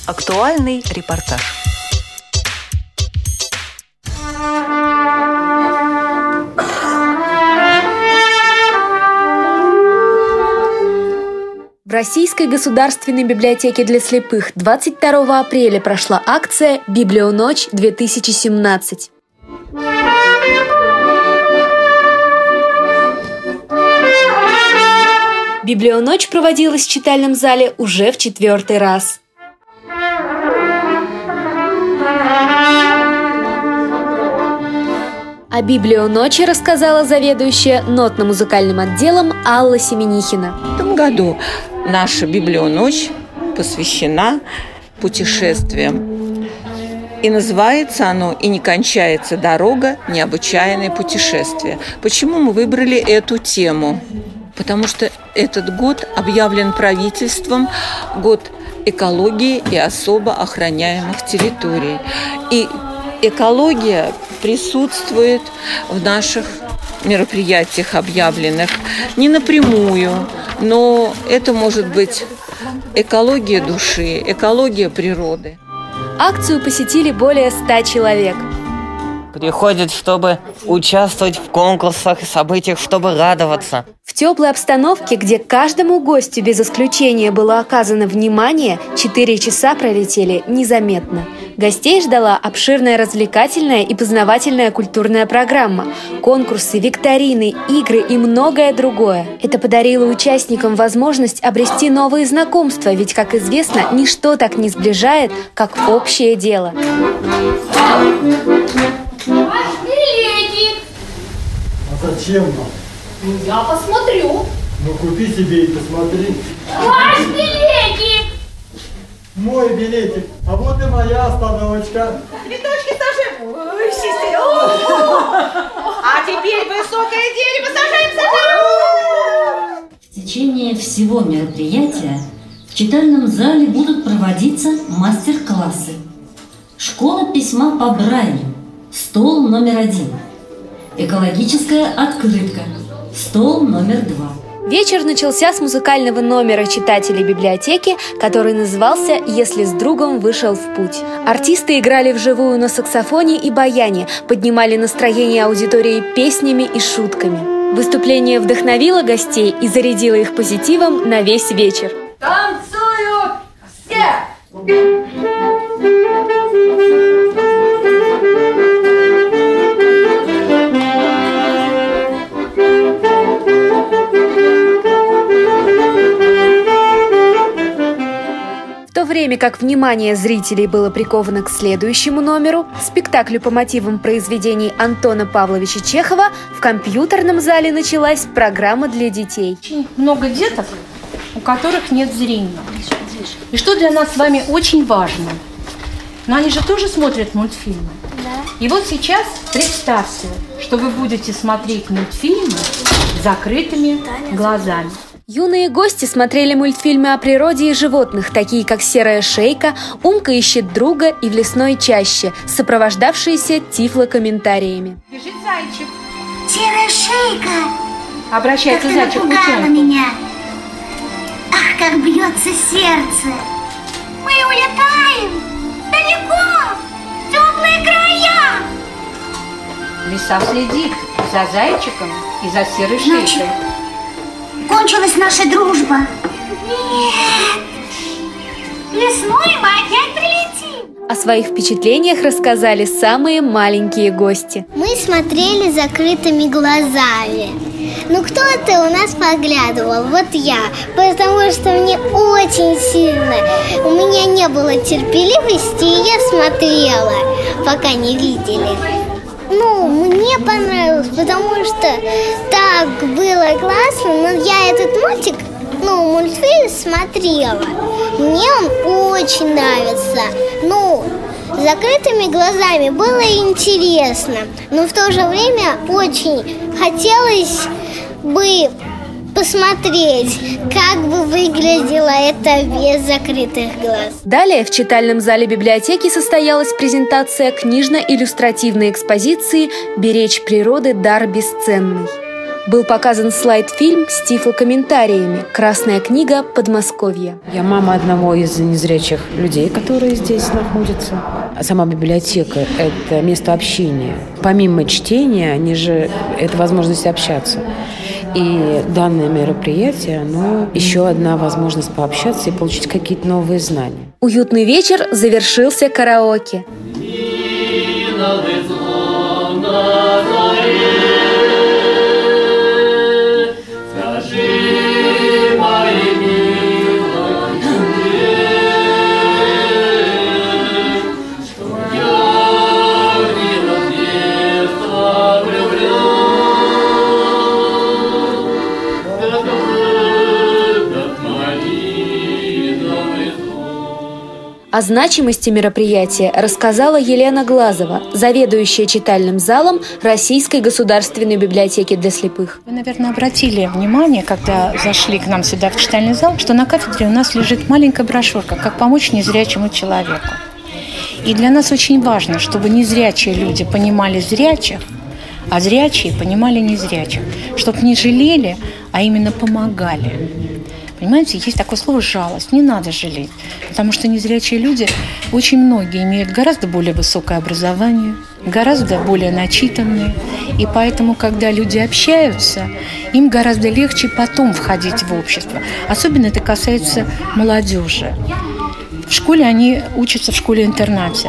Актуальный репортаж. В Российской государственной библиотеке для слепых 22 апреля прошла акция «Библионочь-2017». Библионочь проводилась в читальном зале уже в 4-й раз. О Библионочи рассказала заведующая нотно-музыкальным отделом Алла Семенихина. В этом году наша Библионочь посвящена путешествиям. И называется оно «И не кончается дорога, необычайное путешествие». Почему мы выбрали эту тему? Потому что этот год объявлен правительством год экологии и особо охраняемых территорий. И экология присутствует в наших мероприятиях, объявленных не напрямую, но это может быть экология души, экология природы. Акцию посетили более 100 человек. Приходят, чтобы участвовать в конкурсах и событиях, чтобы радоваться. В теплой обстановке, где каждому гостю без исключения было оказано внимание, 4 часа пролетели незаметно. Гостей ждала обширная развлекательная и познавательная культурная программа, конкурсы, викторины, игры и многое другое. Это подарило участникам возможность обрести новые знакомства, ведь, как известно, ничто так не сближает, как общее дело. Ваш билетик. А зачем нам? Ну, я посмотрю. Ну, купи себе и посмотри. Ваш билетик. Мой билетик. А вот и моя остановочка. Цветочки сажаем. Ой, сестра. А теперь высокое дерево сажаем. В течение всего мероприятия в читальном зале будут проводиться мастер-классы. Школа письма по Брайлю. Стол номер 1. Экологическая открытка. Стол номер 2. Вечер начался с музыкального номера читателей библиотеки, который назывался «Если с другом вышел в путь». Артисты играли вживую на саксофоне и баяне, поднимали настроение аудитории песнями и шутками. Выступление вдохновило гостей и зарядило их позитивом на весь вечер. Танцуют все. В то время как внимание зрителей было приковано к следующему номеру, спектаклю по мотивам произведений Антона Павловича Чехова, в компьютерном зале началась программа для детей. Очень много деток, у которых нет зрения. И что для нас с вами очень важно, но они же тоже смотрят мультфильмы. Да. И вот сейчас представьте, что вы будете смотреть мультфильмы с закрытыми глазами. Юные гости смотрели мультфильмы о природе и животных, такие как «Серая шейка», «Умка ищет друга» и «В лесной чаще», сопровождавшиеся тифлокомментариями. Бежит зайчик. Серая шейка! Обращается зайчик к утенку. Меня. Ах, как бьется сердце! Мы улетаем далеко, в теплые края! Лиса следит за зайчиком и за серой шейкой. Кончилась наша дружба. Нет! Весной мы опять прилетим. О своих впечатлениях рассказали самые маленькие гости. Мы смотрели закрытыми глазами. Ну, кто-то у нас поглядывал, вот я, потому что мне очень сильно, у меня не было терпеливости, и я смотрела, пока не видели. Ну, мне понравилось, потому что так было классно, но я этот мультфильм смотрела. Мне он очень нравится. Ну, с закрытыми глазами было интересно, но в то же время очень хотелось бы посмотреть, как бы выглядело это без закрытых глаз. Далее в читальном зале библиотеки состоялась презентация книжно-иллюстративной экспозиции «Беречь природы дар бесценный». был показан слайд-фильм с тифлокомментариями «Красная книга. Подмосковье». Я мама одного из незрячих людей, которые здесь находятся. А сама библиотека – это место общения. Помимо чтения, это возможность общаться. И данное мероприятие, оно еще одна возможность пообщаться и получить какие-то новые знания. Уютный вечер завершился караоке. О значимости мероприятия рассказала Елена Глазова, заведующая читальным залом Российской государственной библиотеки для слепых. Вы, наверное, обратили внимание, когда зашли к нам сюда в читальный зал, что на кафедре у нас лежит маленькая брошюрка «Как помочь незрячему человеку». И для нас очень важно, чтобы незрячие люди понимали зрячих, а зрячие понимали незрячих, чтобы не жалели, а именно помогали. Понимаете, есть такое слово «жалость». Не надо жалеть, потому что незрячие люди, очень многие имеют гораздо более высокое образование, гораздо более начитанные. И поэтому, когда люди общаются, им гораздо легче потом входить в общество. Особенно это касается молодежи. В школе они учатся в школе-интернате,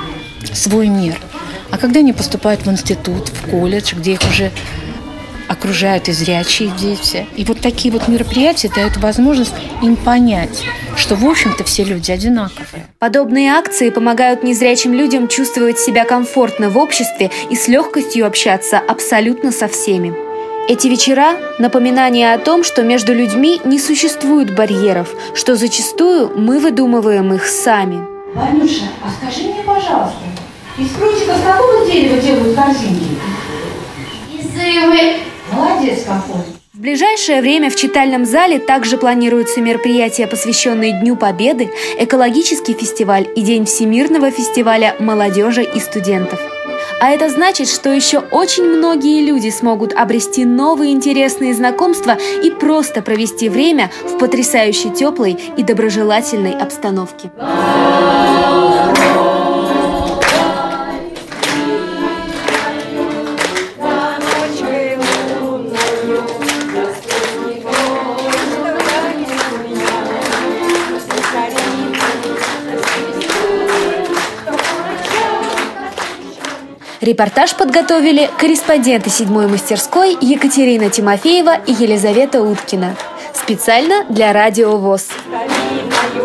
свой мир. А когда они поступают в институт, в колледж, где их уже окружают и зрячие дети. И вот такие вот мероприятия дают возможность им понять, что, в общем-то, все люди одинаковые. Подобные акции помогают незрячим людям чувствовать себя комфортно в обществе и с легкостью общаться абсолютно со всеми. Эти вечера – напоминание о том, что между людьми не существует барьеров, что зачастую мы выдумываем их сами. Ванюша, а скажи мне, пожалуйста, из прутика с какого дерева делают корзинки? Из ивы. Молодец какой! В ближайшее время в читальном зале также планируются мероприятия, посвященные Дню Победы, экологический фестиваль и День Всемирного фестиваля молодежи и студентов. А это значит, что еще очень многие люди смогут обрести новые интересные знакомства и просто провести время в потрясающе теплой и доброжелательной обстановке. Репортаж подготовили корреспонденты 7-й мастерской Екатерина Тимофеева и Елизавета Уткина. Специально для Радио ВОС.